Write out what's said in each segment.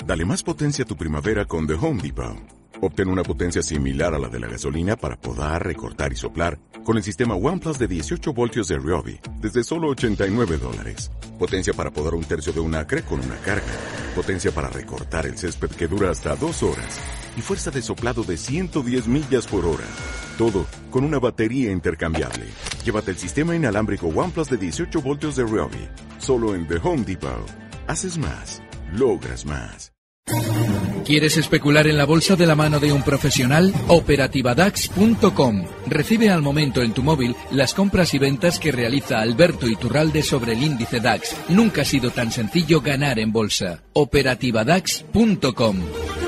Dale más potencia a tu primavera con The Home Depot. Obtén una potencia similar a la de la gasolina para podar, recortar y soplar con el sistema OnePlus de 18 voltios de Ryobi desde solo $89. Potencia para podar un tercio de un acre con una carga. Potencia para recortar el césped que dura hasta 2 horas. Y fuerza de soplado de 110 millas por hora. Todo con una batería intercambiable. Llévate el sistema inalámbrico OnePlus de 18 voltios de Ryobi. Solo en The Home Depot. Haces más. Logras más. ¿Quieres especular en la bolsa de la mano de un profesional? Operativadax.com. Recibe al momento en tu móvil las compras y ventas que realiza Alberto Iturralde sobre el índice DAX. Nunca ha sido tan sencillo ganar en bolsa. Operativadax.com.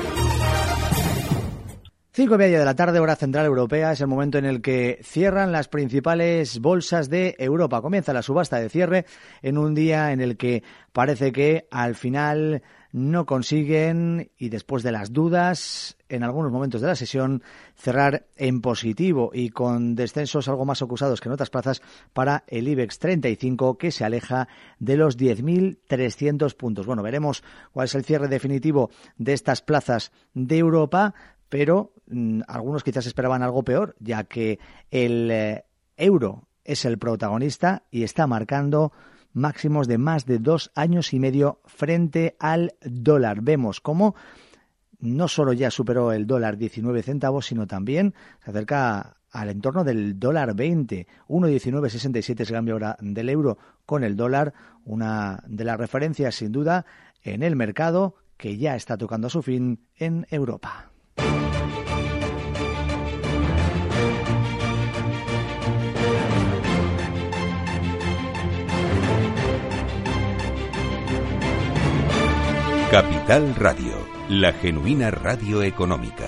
5:30 de la tarde, hora central europea, es el momento en el que cierran las principales bolsas de Europa. Comienza la subasta de cierre en un día en el que parece que al final no consiguen, y después de las dudas, en algunos momentos de la sesión, cerrar en positivo y con descensos algo más acusados que en otras plazas para el IBEX 35, que se aleja de los 10.300 puntos. Bueno, veremos cuál es el cierre definitivo de estas plazas de Europa, pero algunos quizás esperaban algo peor, ya que el euro es el protagonista y está marcando máximos de más de 2 años y medio frente al dólar. Vemos cómo no solo ya superó el dólar 19 centavos, sino también se acerca al entorno del dólar 20. 1,1967 es el cambio ahora del euro con el dólar, una de las referencias sin duda en el mercado que ya está tocando a su fin en Europa. Capital Radio, la genuina radio económica.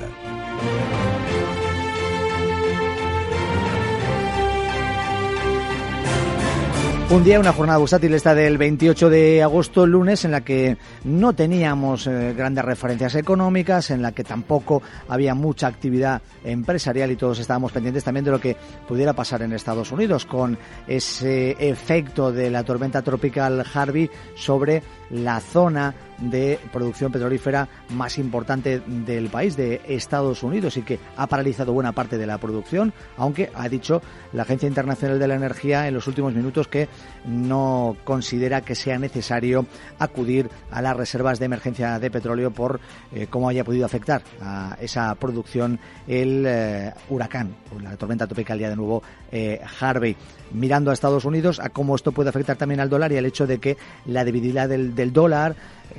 Un día, una jornada bursátil esta del 28 de agosto, lunes, en la que no teníamos grandes referencias económicas, en la que tampoco había mucha actividad empresarial y todos estábamos pendientes también de lo que pudiera pasar en Estados Unidos con ese efecto de la tormenta tropical Harvey sobre la zona de producción petrolífera más importante del país, de Estados Unidos, y que ha paralizado buena parte de la producción, aunque ha dicho la Agencia Internacional de la Energía en los últimos minutos que no considera que sea necesario acudir a las reservas de emergencia de petróleo por cómo haya podido afectar a esa producción el huracán, o la tormenta tropical ya de nuevo Harvey. Mirando a Estados Unidos, a cómo esto puede afectar también al dólar y al hecho de que la debilidad del dólar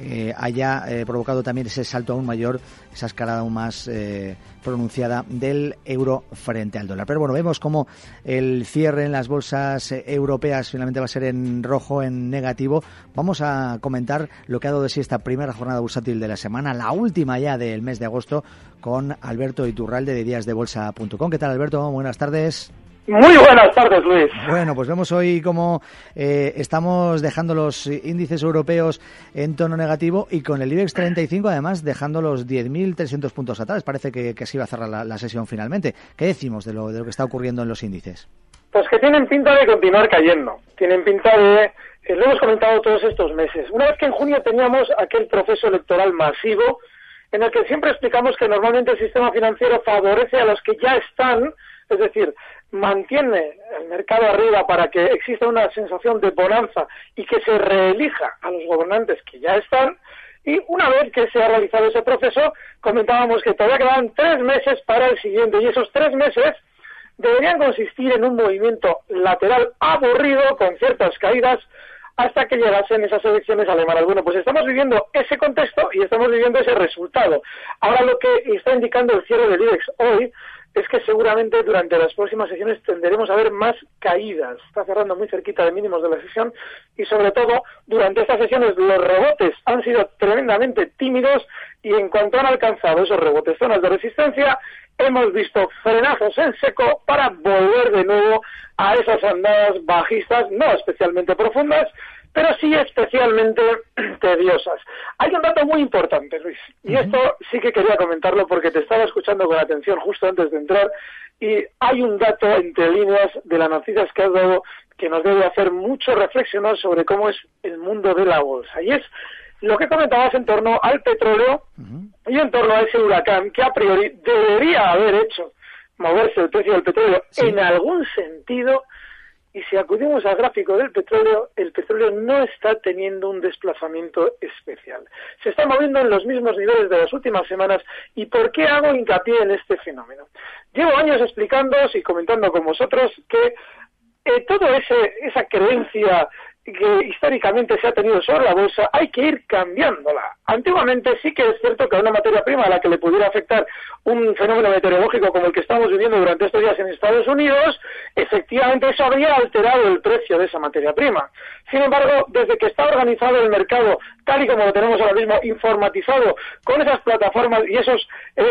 haya provocado también ese salto aún mayor, esa escalada aún más pronunciada del euro frente al dólar. Pero bueno, vemos cómo el cierre en las bolsas europeas finalmente va a ser en rojo, en negativo. Vamos a comentar lo que ha dado de sí esta primera jornada bursátil de la semana, la última ya del mes de agosto, con Alberto Iturralde de díasdebolsa.com. ¿Qué tal, Alberto? Buenas tardes. Muy buenas tardes, Luis. Bueno, pues vemos hoy cómo estamos dejando los índices europeos en tono negativo y con el IBEX 35 además dejando los 10.300 puntos atrás. Parece que así va a cerrar la sesión finalmente. ¿Qué decimos de lo que está ocurriendo en los índices? Pues que tienen pinta de continuar cayendo. Tienen pinta de... lo hemos comentado todos estos meses. Una vez que en junio teníamos aquel proceso electoral masivo en el que siempre explicamos que normalmente el sistema financiero favorece a los que ya están, es decir, mantiene el mercado arriba para que exista una sensación de bonanza y que se reelija a los gobernantes que ya están, y una vez que se ha realizado ese proceso, comentábamos que todavía quedaban 3 meses para el siguiente, y esos 3 meses deberían consistir en un movimiento lateral aburrido con ciertas caídas hasta que llegasen esas elecciones alemanas. Bueno, pues estamos viviendo ese contexto y estamos viviendo ese resultado. Ahora lo que está indicando el cierre del IBEX hoy es que seguramente durante las próximas sesiones tenderemos a ver más caídas. Está cerrando muy cerquita de mínimos de la sesión y sobre todo durante estas sesiones los rebotes han sido tremendamente tímidos y en cuanto han alcanzado esos rebotes, zonas de resistencia, hemos visto frenazos en seco para volver de nuevo a esas andadas bajistas, no especialmente profundas, pero sí especialmente tediosas. Hay un dato muy importante, Luis, y esto sí que quería comentarlo porque te estaba escuchando con atención justo antes de entrar, y hay un dato entre líneas de las noticias que has dado que nos debe hacer mucho reflexionar sobre cómo es el mundo de la bolsa, y es lo que comentabas en torno al petróleo y en torno a ese huracán que a priori debería haber hecho moverse el precio del petróleo en algún sentido. Y si acudimos al gráfico del petróleo, el petróleo no está teniendo un desplazamiento especial. Se está moviendo en los mismos niveles de las últimas semanas. ¿Y por qué hago hincapié en este fenómeno? Llevo años explicándoos y comentando con vosotros que toda esa creencia que históricamente se ha tenido sobre la bolsa, hay que ir cambiándola. Antiguamente sí que es cierto que a una materia prima a la que le pudiera afectar un fenómeno meteorológico como el que estamos viviendo durante estos días en Estados Unidos, efectivamente eso habría alterado el precio de esa materia prima. Sin embargo, desde que está organizado el mercado, tal y como lo tenemos ahora mismo, informatizado, con esas plataformas y esos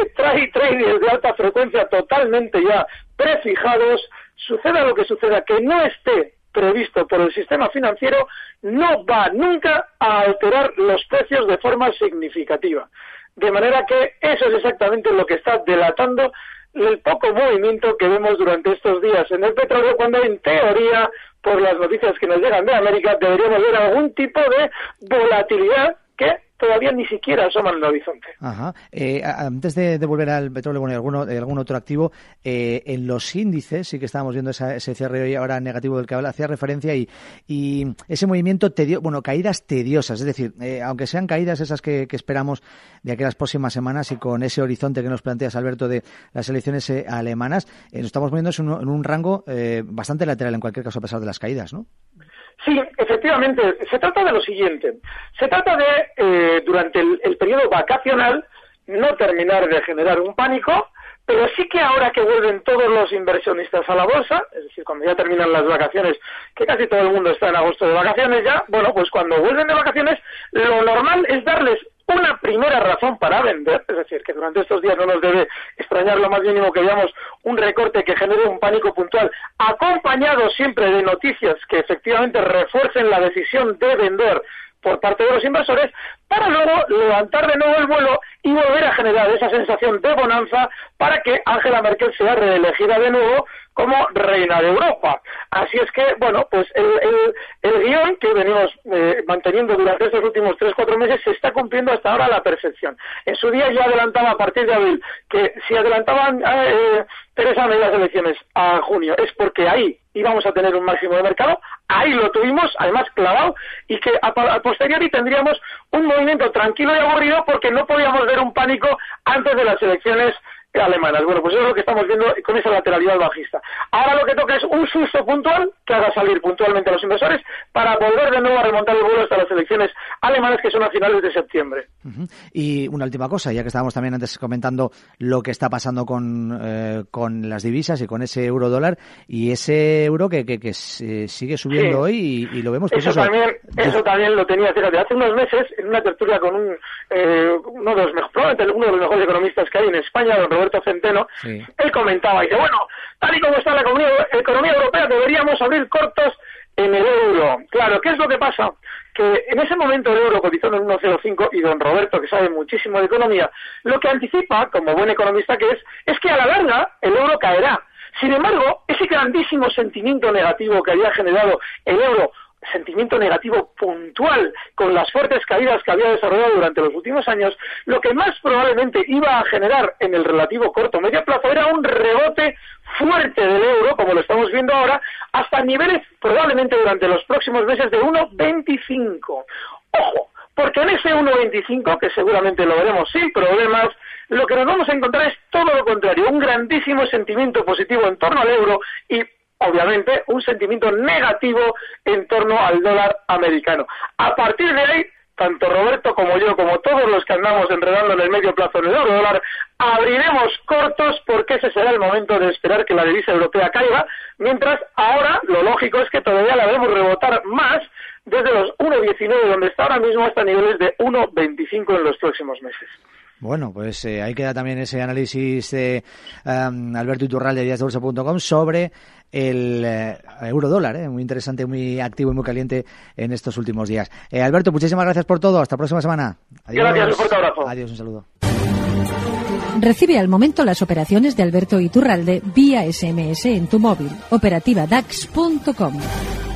traders de alta frecuencia totalmente ya prefijados, suceda lo que suceda, que no esté previsto por el sistema financiero, no va nunca a alterar los precios de forma significativa. De manera que eso es exactamente lo que está delatando el poco movimiento que vemos durante estos días en el petróleo, cuando en teoría, por las noticias que nos llegan de América, deberíamos ver algún tipo de volatilidad que todavía ni siquiera asoma en el horizonte. Ajá. Antes de volver al petróleo, bueno, y algún otro activo, en los índices sí que estábamos viendo ese cierre hoy ahora negativo del que hacía referencia y ese movimiento caídas tediosas, es decir, aunque sean caídas esas que esperamos de aquí a las próximas semanas y con ese horizonte que nos planteas, Alberto, de las elecciones alemanas, nos estamos moviendo en un rango bastante lateral en cualquier caso a pesar de las caídas, ¿no? Sí, efectivamente. Se trata de lo siguiente. Se trata de, durante el periodo vacacional, no terminar de generar un pánico, pero sí que ahora que vuelven todos los inversionistas a la bolsa, es decir, cuando ya terminan las vacaciones, que casi todo el mundo está en agosto de vacaciones ya, bueno, pues cuando vuelven de vacaciones, lo normal es darles una primera razón para vender, es decir, que durante estos días no nos debe extrañar lo más mínimo que veamos un recorte que genere un pánico puntual, acompañado siempre de noticias que efectivamente refuercen la decisión de vender por parte de los inversores, para luego levantar de nuevo el vuelo y volver a generar esa sensación de bonanza para que Angela Merkel sea reelegida de nuevo como reina de Europa. Así es que, bueno, pues el guión que venimos manteniendo durante estos últimos 3-4 meses se está cumpliendo hasta ahora a la perfección. En su día yo adelantaba a partir de abril que si adelantaban Teresa May las elecciones a junio es porque ahí íbamos a tener un máximo de mercado, ahí lo tuvimos, además clavado, y que a posteriori tendríamos un movimiento tranquilo y aburrido porque no podíamos ver un pánico antes de las elecciones alemanas. Bueno, pues eso es lo que estamos viendo con esa lateralidad bajista. Ahora lo que toca es un susto puntual que haga salir puntualmente a los inversores para volver de nuevo a remontar el vuelo hasta las elecciones alemanas, que son a finales de septiembre. Y una última cosa, ya que estábamos también antes comentando lo que está pasando con las divisas y con ese euro-dólar y ese euro que sigue subiendo hoy y lo vemos. Pues eso también lo tenía, fíjate, hace unos meses en una tertulia con uno de los mejores economistas que hay en España, don Roberto Centeno, él comentaba, y dice, bueno, tal y como está la economía europea, deberíamos abrir cortos en el euro. Claro, ¿qué es lo que pasa? Que en ese momento el euro cotizó en 1,05 y don Roberto, que sabe muchísimo de economía, lo que anticipa, como buen economista que es que a la larga el euro caerá. Sin embargo, ese grandísimo sentimiento negativo que había generado el euro, sentimiento negativo puntual con las fuertes caídas que había desarrollado durante los últimos años, lo que más probablemente iba a generar en el relativo corto medio plazo era un rebote fuerte del euro, como lo estamos viendo ahora, hasta niveles probablemente durante los próximos meses de 1,25. Ojo, porque en ese 1,25, que seguramente lo veremos sin problemas, lo que nos vamos a encontrar es todo lo contrario, un grandísimo sentimiento positivo en torno al euro y obviamente un sentimiento negativo en torno al dólar americano. A partir de ahí, tanto Roberto como yo, como todos los que andamos enredando en el medio plazo en el euro dólar, abriremos cortos porque ese será el momento de esperar que la divisa europea caiga, mientras ahora lo lógico es que todavía la debemos rebotar más desde los 1,19 donde está ahora mismo hasta niveles de 1,25 en los próximos meses. Bueno, pues ahí queda también ese análisis de Alberto Iturralde de díasdebolsa.com sobre el euro-dólar, muy interesante, muy activo y muy caliente en estos últimos días. Alberto, muchísimas gracias por todo. Hasta la próxima semana. Adiós. Gracias, un fuerte abrazo. Adiós, un saludo. Recibe al momento las operaciones de Alberto Iturralde vía SMS en tu móvil. Operativa DAX.com.